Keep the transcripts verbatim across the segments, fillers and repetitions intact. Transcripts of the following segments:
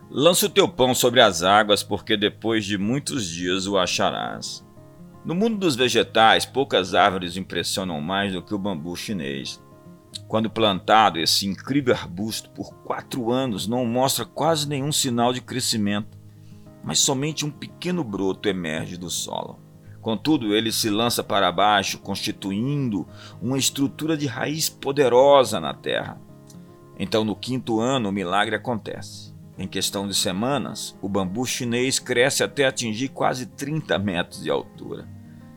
Lança o teu pão sobre as águas, porque depois de muitos dias o acharás. No mundo dos vegetais, poucas árvores impressionam mais do que o bambu chinês. Quando plantado, esse incrível arbusto por quatro anos não mostra quase nenhum sinal de crescimento, mas somente um pequeno broto emerge do solo. Contudo, ele se lança para baixo, constituindo uma estrutura de raiz poderosa na terra. Então, no quinto ano, o milagre acontece. Em questão de semanas, o bambu chinês cresce até atingir quase trinta metros de altura.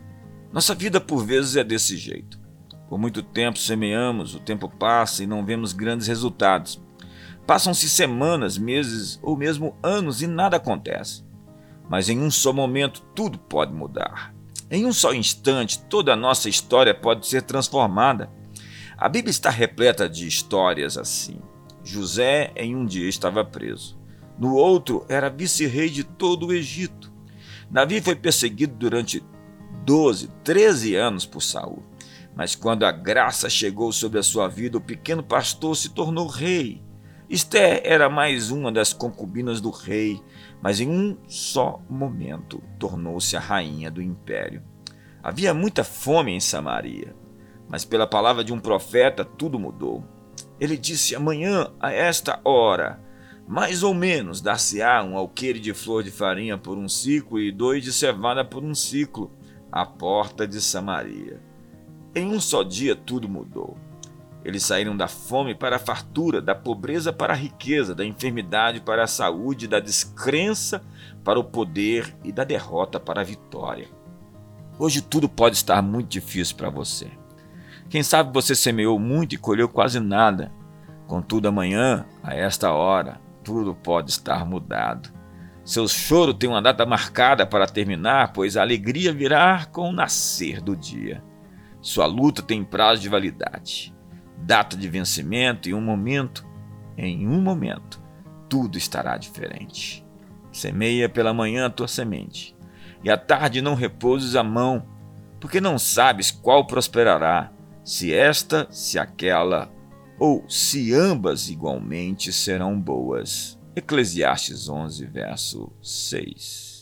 Nossa vida, por vezes, é desse jeito. Por muito tempo semeamos, o tempo passa e não vemos grandes resultados. Passam-se semanas, meses ou mesmo anos e nada acontece. Mas em um só momento tudo pode mudar. Em um só instante toda a nossa história pode ser transformada. A Bíblia está repleta de histórias assim. José em um dia estava preso. No outro era vice-rei de todo o Egito. Davi foi perseguido durante doze, treze anos por Saul. Mas quando a graça chegou sobre a sua vida, o pequeno pastor se tornou rei. Esté era mais uma das concubinas do rei, mas em um só momento tornou-se a rainha do império. Havia muita fome em Samaria, mas pela palavra de um profeta tudo mudou. Ele disse: amanhã, a esta hora, mais ou menos, dar-se-á um alqueire de flor de farinha por um ciclo e dois de cevada por um ciclo, à porta de Samaria. Em um só dia tudo mudou. Eles saíram da fome para a fartura, da pobreza para a riqueza, da enfermidade para a saúde, da descrença para o poder e da derrota para a vitória. Hoje tudo pode estar muito difícil para você. Quem sabe você semeou muito e colheu quase nada. Contudo, amanhã, a esta hora, tudo pode estar mudado. Seu choro tem uma data marcada para terminar, pois a alegria virá com o nascer do dia. Sua luta tem prazo de validade, data de vencimento e um momento, em um momento, tudo estará diferente. Semeia pela manhã a tua semente, e à tarde não repouses a mão, porque não sabes qual prosperará, se esta, se aquela, ou se ambas igualmente serão boas. Eclesiastes onze, verso seis.